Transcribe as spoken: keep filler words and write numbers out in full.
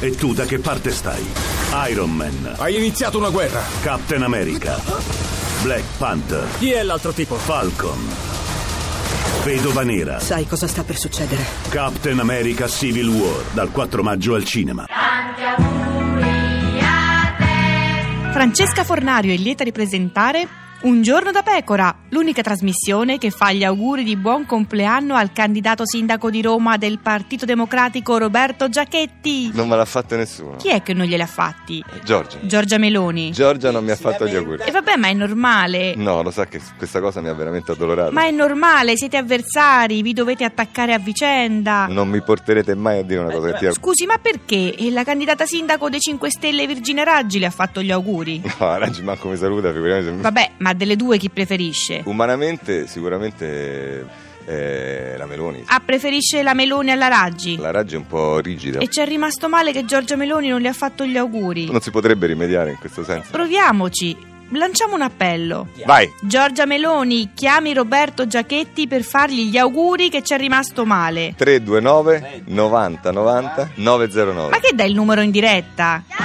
E tu da che parte stai? Iron Man. Hai iniziato una guerra. Captain America. Black Panther. Chi è l'altro tipo? Falcon. Vedova Nera. Sai cosa sta per succedere? Captain America Civil War, dal quattro maggio al cinema. Tanti auguri a te. Francesca Fornario è lieta di presentare Un giorno da pecora, l'unica trasmissione che fa gli auguri di buon compleanno al candidato sindaco di Roma del Partito Democratico Roberto Giachetti. Non me l'ha fatto nessuno. Chi è che non gliel'ha fatti? Giorgia. Giorgia Meloni. Giorgia non mi ha fatto gli auguri. E vabbè, ma è normale. No, lo sa che questa cosa mi ha veramente addolorato. Ma è normale, siete avversari, vi dovete attaccare a vicenda. Non mi porterete mai a dire una cosa che ti... Scusi, ma perché? E la candidata sindaco dei cinque Stelle Virginia Raggi le ha fatto gli auguri? No, Raggi manco mi saluta, figuriamoci se... Vabbè, ma delle due chi preferisce? Umanamente sicuramente eh, la Meloni. Ah, preferisce la Meloni alla Raggi? La Raggi è un po' rigida. E ci è rimasto male che Giorgia Meloni non le ha fatto gli auguri. Non si potrebbe rimediare in questo senso. Proviamoci, lanciamo un appello. Vai. Giorgia Meloni, chiami Roberto Giachetti per fargli gli auguri che ci è rimasto male. tre due nove novanta novanta nove zero nove. Ma che dai il numero in diretta?